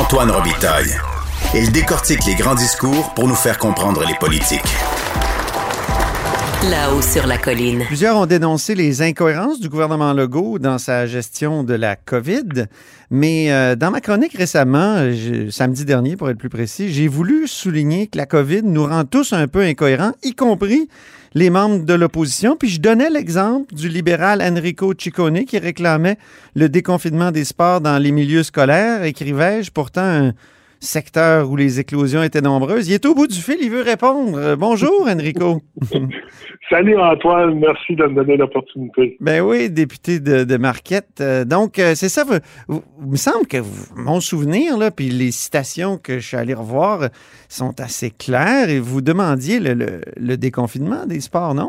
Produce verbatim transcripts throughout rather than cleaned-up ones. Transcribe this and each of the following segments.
Antoine Robitaille. Il décortique les grands discours pour nous faire comprendre les politiques. Là-haut sur la colline. Plusieurs ont dénoncé les incohérences du gouvernement Legault dans sa gestion de la COVID. Mais euh, dans ma chronique récemment, je, samedi dernier pour être plus précis, j'ai voulu souligner que la COVID nous rend tous un peu incohérents, y compris les membres de l'opposition. Puis je donnais l'exemple du libéral Enrico Ciccone qui réclamait le déconfinement des sports dans les milieux scolaires, écrivais-je, pourtant un secteur où les éclosions étaient nombreuses. Il est au bout du fil, il veut répondre. Euh, bonjour, Enrico. Salut, Antoine. Merci de me donner l'opportunité. Ben oui, député de, de Marquette. Euh, donc, euh, c'est ça. Vous, vous, il me semble que vous, mon souvenir, là, puis les citations que je suis allé revoir euh, sont assez claires et vous demandiez le, le, le déconfinement des sports, non?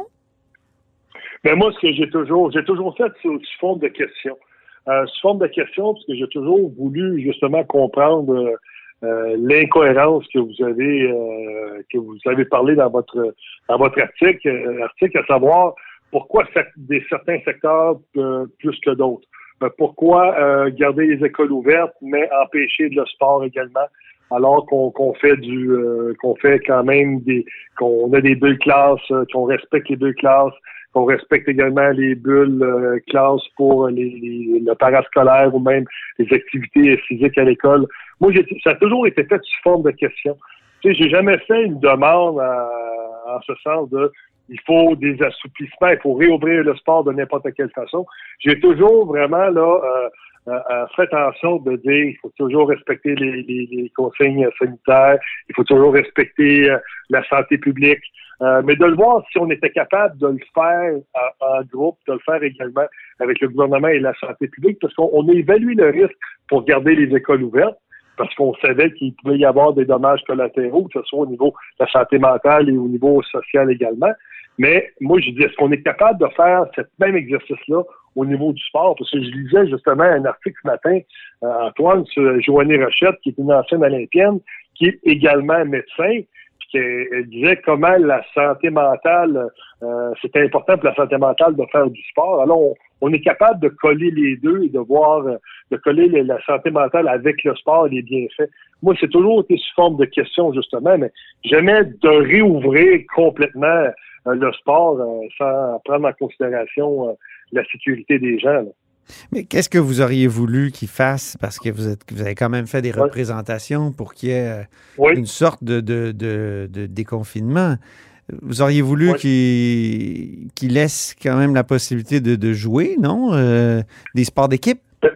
Ben moi, ce que j'ai toujours, j'ai toujours fait sous, sous forme de questions. Euh, sous forme de questions, parce que j'ai toujours voulu justement comprendre euh, Euh, l'incohérence que vous avez euh, que vous avez parlé dans votre dans votre article, euh, article à savoir pourquoi des certains secteurs euh, plus que d'autres. Euh, pourquoi euh, garder les écoles ouvertes mais empêcher le sport également alors qu'on qu'on fait du euh, qu'on fait quand même des qu'on a des bulles classes, euh, qu'on respecte les bulles classes, qu'on respecte également les bulles euh, classes pour les, les, le parascolaire ou même les activités physiques à l'école. Moi, j'ai, ça a toujours été fait sous forme de questions. Tu sais, j'ai jamais fait une demande à, en ce sens de il faut des assouplissements, il faut réouvrir le sport de n'importe quelle façon. J'ai toujours vraiment là euh, euh, fait attention de dire il faut toujours respecter les, les, les consignes sanitaires, il faut toujours respecter euh, la santé publique. Euh, mais de le voir si on était capable de le faire en, en groupe, de le faire également avec le gouvernement et la santé publique, parce qu'on on a évalué le risque pour garder les écoles ouvertes, parce qu'on savait qu'il pouvait y avoir des dommages collatéraux, que ce soit au niveau de la santé mentale et au niveau social également. Mais moi, je dis, est-ce qu'on est capable de faire ce même exercice-là au niveau du sport? Parce que je lisais justement un article ce matin, euh, Antoine, sur Joanie Rochette, qui est une ancienne olympienne, qui est également médecin, qui elle disait comment la santé mentale, euh, c'était important pour la santé mentale de faire du sport. Alors, on, on est capable de coller les deux et de voir, de coller les, la santé mentale avec le sport et les bienfaits. Moi, c'est toujours été sous forme de questions, justement, mais jamais de réouvrir complètement euh, le sport euh, sans prendre en considération euh, la sécurité des gens, là. Mais qu'est-ce que vous auriez voulu qu'ils fassent? Parce que vous, êtes, vous avez quand même fait des représentations pour qu'il y ait oui. une sorte de, de, de, de déconfinement. Vous auriez voulu oui. qu'ils, qu'ils laissent quand même la possibilité de, de jouer, non? Euh, des sports d'équipe? Ben,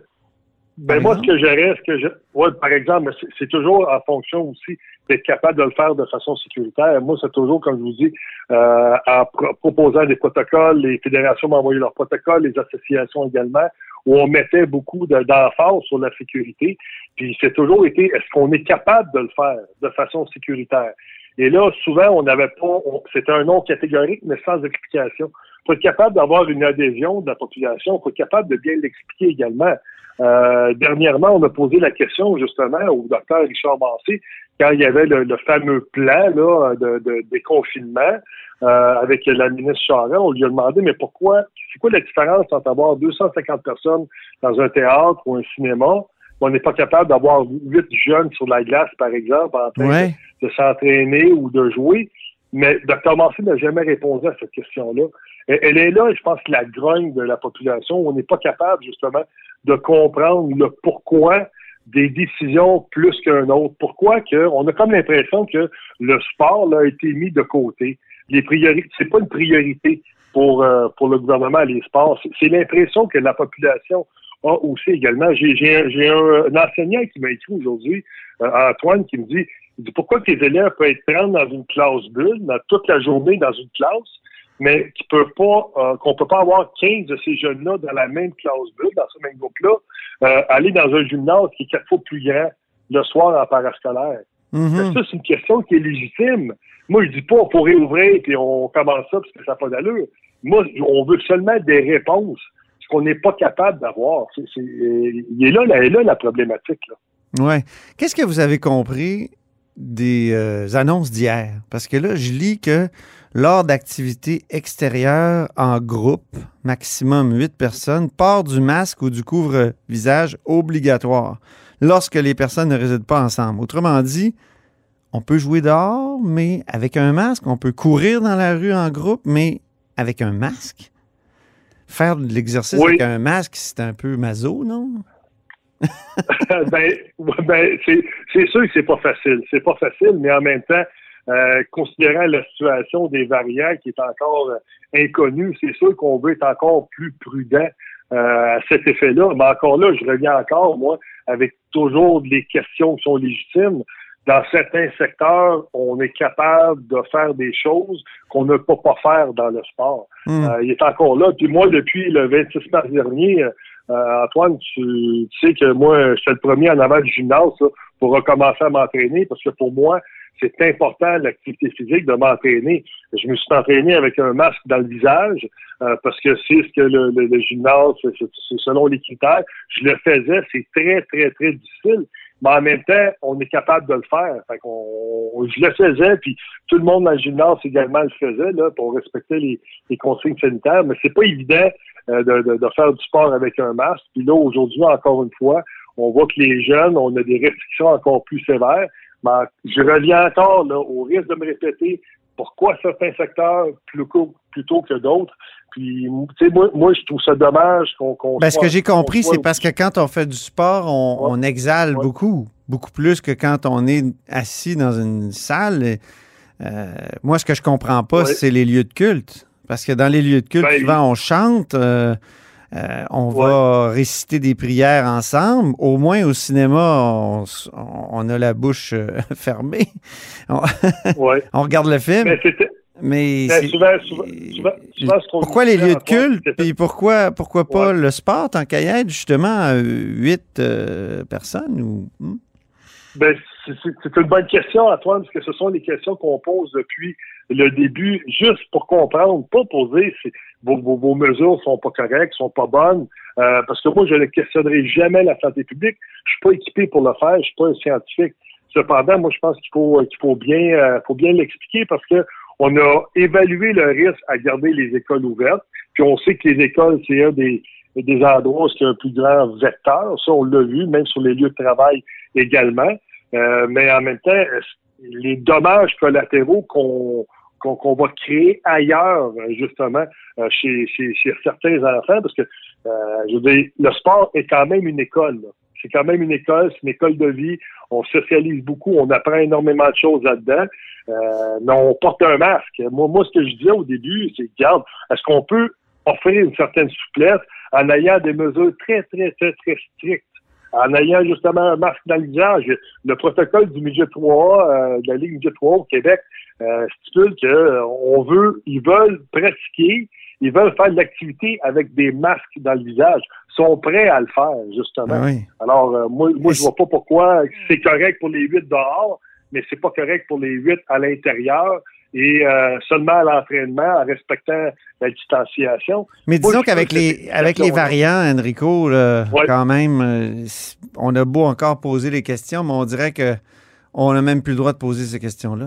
ben moi, ce que j'aurais, ce que je, ouais, par exemple, c'est, c'est toujours en fonction aussi d'être capable de le faire de façon sécuritaire. Moi, c'est toujours, comme je vous dis, euh, en pro- proposant des protocoles, les fédérations m'ont envoyé leurs protocoles, les associations également, où on mettait beaucoup de, d'emphase sur la sécurité. Puis c'est toujours été, est-ce qu'on est capable de le faire de façon sécuritaire? Et là, souvent, on n'avait pas, on, c'était un nom catégorique, mais sans explication. Il faut être capable d'avoir une adhésion de la population, il faut être capable de bien l'expliquer également. Euh, dernièrement, on a posé la question justement au docteur Richard Massé, quand il y avait le, le fameux plan là, de, de déconfinement euh, avec la ministre Charest, on lui a demandé, mais pourquoi, c'est quoi la différence entre avoir deux cent cinquante personnes dans un théâtre ou un cinéma? On n'est pas capable d'avoir huit jeunes sur la glace, par exemple, en train ouais. de, de s'entraîner ou de jouer. Mais docteur Massé n'a jamais répondu à cette question-là. Elle, elle est là, je pense, la grogne de la population. On n'est pas capable, justement, de comprendre le pourquoi des décisions plus qu'un autre. Pourquoi que on a comme l'impression que le sport là, a été mis de côté. Les priorités, c'est pas une priorité pour euh, pour le gouvernement, les sports. C'est, c'est l'impression que la population a aussi également. J'ai, j'ai, j'ai un, un enseignant qui m'a écrit aujourd'hui, euh, Antoine, qui me dit, il dit pourquoi tes élèves peuvent être trente dans une classe bulle, dans toute la journée dans une classe, mais qui peut pas, euh, qu'on peut pas avoir quinze de ces jeunes-là dans la même classe bulle, dans ce même groupe-là, euh, aller dans un gymnase qui est quatre fois plus grand le soir en parascolaire. Mm-hmm. Ça, c'est une question qui est légitime. Moi, je dis pas, on faut réouvrir puis on commence ça parce que ça n'a pas d'allure. Moi, on veut seulement des réponses, ce qu'on n'est pas capable d'avoir. C'est, c'est, il est là, là, est là la problématique, là. Ouais. Qu'est-ce que vous avez compris des euh, annonces d'hier? Parce que là, je lis que lors d'activités extérieures en groupe, maximum huit personnes, port du masque ou du couvre-visage obligatoire. lorsque les personnes ne résident pas ensemble. Autrement dit, on peut jouer dehors, mais avec un masque. On peut courir dans la rue en groupe, mais avec un masque. Faire de l'exercice oui. avec un masque, c'est un peu maso, non? ben, ben c'est, c'est sûr que c'est pas facile. C'est pas facile, mais en même temps, euh, considérant la situation des variants qui est encore euh, inconnue, c'est sûr qu'on veut être encore plus prudent euh, à cet effet-là. Mais encore là, je reviens encore, moi, avec toujours des questions qui sont légitimes. Dans certains secteurs, on est capable de faire des choses qu'on ne peut pas faire dans le sport. Mmh. Euh, il est encore là. Puis moi, depuis le vingt-six mars dernier, euh, Antoine, tu, tu sais que moi, je suis le premier en avant du gymnase là, pour recommencer à m'entraîner parce que pour moi, c'est important l'activité physique de m'entraîner. Je me suis entraîné avec un masque dans le visage euh, parce que c'est ce que le, le, le gymnase, c'est, c'est selon les critères. Je le faisais, c'est très, très, très difficile. Mais en même temps, on est capable de le faire. Fait qu'on, je le faisais, puis tout le monde dans le gymnase également le faisait là, pour respecter les, les consignes sanitaires. Mais c'est pas évident euh, de, de, de faire du sport avec un masque. Puis là, aujourd'hui, encore une fois, on voit que les jeunes, on a des restrictions encore plus sévères. Mais je reviens encore là, au risque de me répéter pourquoi certains secteurs plutôt, plutôt que d'autres. Puis, tu sais, moi, moi, je trouve ça dommage qu'on... qu'on ben, soit, ce que j'ai compris, soit... c'est parce que quand on fait du sport, on, ouais. on exhale ouais. beaucoup, beaucoup plus que quand on est assis dans une salle. Euh, moi, ce que je comprends pas, ouais. c'est les lieux de culte. Parce que dans les lieux de culte, ben, souvent, on chante, euh, euh, on ouais. va réciter des prières ensemble. Au moins, au cinéma, on, on a la bouche fermée. On, ouais. on regarde le film. Ben, c'était... Mais ben, souvent, souvent, souvent, souvent, pourquoi les lieux de culte, puis pourquoi, pourquoi pas ouais. le sport, tant qu'à y être, justement, huit euh, personnes? Ou... Hmm? Ben, c'est, c'est une bonne question, Antoine, parce que ce sont les questions qu'on pose depuis le début, juste pour comprendre, pas poser si vos, vos, vos mesures sont pas correctes, sont pas bonnes, euh, parce que moi, je ne questionnerai jamais la santé publique. Je suis pas équipé pour le faire, je suis pas un scientifique. Cependant, moi, je pense qu'il faut, qu'il faut bien, euh, faut bien l'expliquer parce que on a évalué le risque à garder les écoles ouvertes, puis on sait que les écoles, c'est un des, des endroits où il y a un plus grand vecteur. Ça, on l'a vu, même sur les lieux de travail également. Euh, mais en même temps, les dommages collatéraux qu'on, qu'on, qu'on va créer ailleurs, justement, chez, chez, chez certains enfants, parce que, euh, je veux dire, le sport est quand même une école, là. C'est quand même une école, c'est une école de vie. On socialise beaucoup, on apprend énormément de choses là-dedans. Euh, mais on porte un masque. Moi, moi, ce que je disais au début, c'est, regarde, est-ce qu'on peut offrir une certaine souplesse en ayant des mesures très, très, très, très strictes, en ayant justement un masque dans le visage? Le protocole du midget trois A, euh, de la Ligue midget trois A au Québec, euh, stipule que euh, on veut, ils veulent pratiquer, ils veulent faire de l'activité avec des masques dans le visage. Ils sont prêts à le faire, justement. Ah oui. Alors, euh, moi, moi je vois pas pourquoi c'est correct pour les huit dehors, mais c'est pas correct pour les huit à l'intérieur et euh, seulement à l'entraînement en respectant la distanciation. Mais disons moi, qu'avec les avec les variants, Enrico, là, ouais. quand même, euh, on a beau encore poser les questions, mais on dirait que on n'a même plus le droit de poser ces questions-là.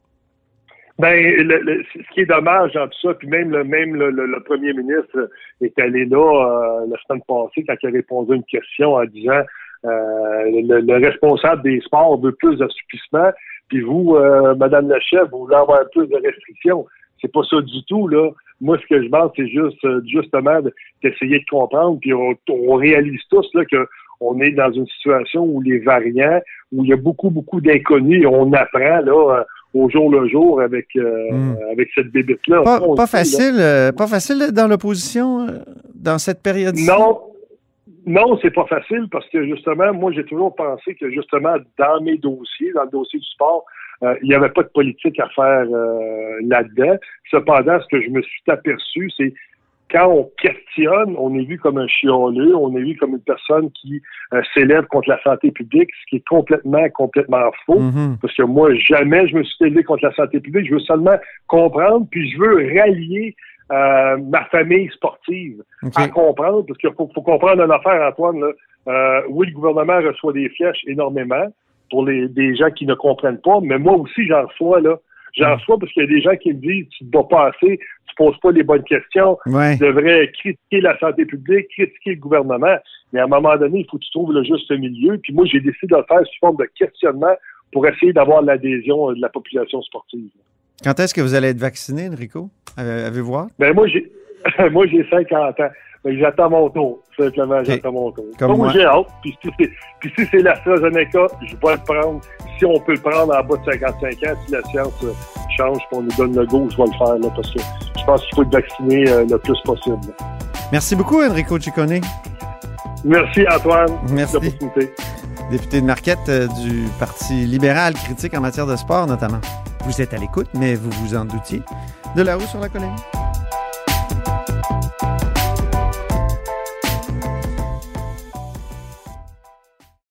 Ben, le, le, ce qui est dommage dans tout ça, puis même le même le, le, le premier ministre est allé là euh, la semaine passée quand il a répondu à une question en disant euh, le, le responsable des sports veut plus d'assouplissement, puis vous, euh, Madame la chef, vous voulez avoir plus de restrictions. C'est pas ça du tout, là. Moi, ce que je pense, c'est juste justement d'essayer de comprendre, puis on, on réalise tous là que on est dans une situation où les variants, où il y a beaucoup, beaucoup d'inconnus et on apprend là au jour le jour avec euh, mmh. avec cette bébête-là. Pas, pas dit, facile, là. pas facile d'être dans l'opposition euh, dans cette période-ci. Non, non, c'est pas facile parce que justement, moi, j'ai toujours pensé que justement dans mes dossiers, dans le dossier du sport, euh, il n'y avait pas de politique à faire euh, là-dedans. Cependant, ce que je me suis aperçu, c'est quand on questionne, on est vu comme un chialeux, on est vu comme une personne qui euh, s'élève contre la santé publique, ce qui est complètement, complètement faux. Mm-hmm. Parce que moi, jamais je me suis élevé contre la santé publique. Je veux seulement comprendre, puis je veux rallier euh, ma famille sportive okay. à comprendre, parce qu'il faut, faut comprendre une affaire, Antoine. Là. Euh, oui, le gouvernement reçoit des flèches énormément pour les des gens qui ne comprennent pas, mais moi aussi, j'en reçois là. J'en reçois parce qu'il y a des gens qui me disent, tu ne te bats pas assez, tu poses pas les bonnes questions, ouais. tu devrais critiquer la santé publique, critiquer le gouvernement. Mais à un moment donné, il faut que tu trouves le juste milieu. Puis moi, j'ai décidé de le faire sous forme de questionnement pour essayer d'avoir l'adhésion de la population sportive. Quand est-ce que vous allez être vacciné, Enrico? Avez-vous hâte? Ben moi, j'ai moi j'ai cinquante ans. Ben, j'attends mon tour. Simplement, okay. J'attends mon tour. Comme moi. J'ai hâte. Puis si c'est, puis si c'est l'AstraZeneca, je vais le prendre. Si on peut le prendre en bas de cinquante-cinq ans, si la science euh, change et on nous donne le go, je vais le faire. Là, parce que je pense qu'il faut être vacciné euh, le plus possible. Là. Merci beaucoup, Enrico Ciccone. Merci, Antoine. Merci. Député de Marquette euh, du Parti libéral, critique en matière de sport notamment. Vous êtes à l'écoute, mais vous vous en doutiez, de La Roue sur la colline.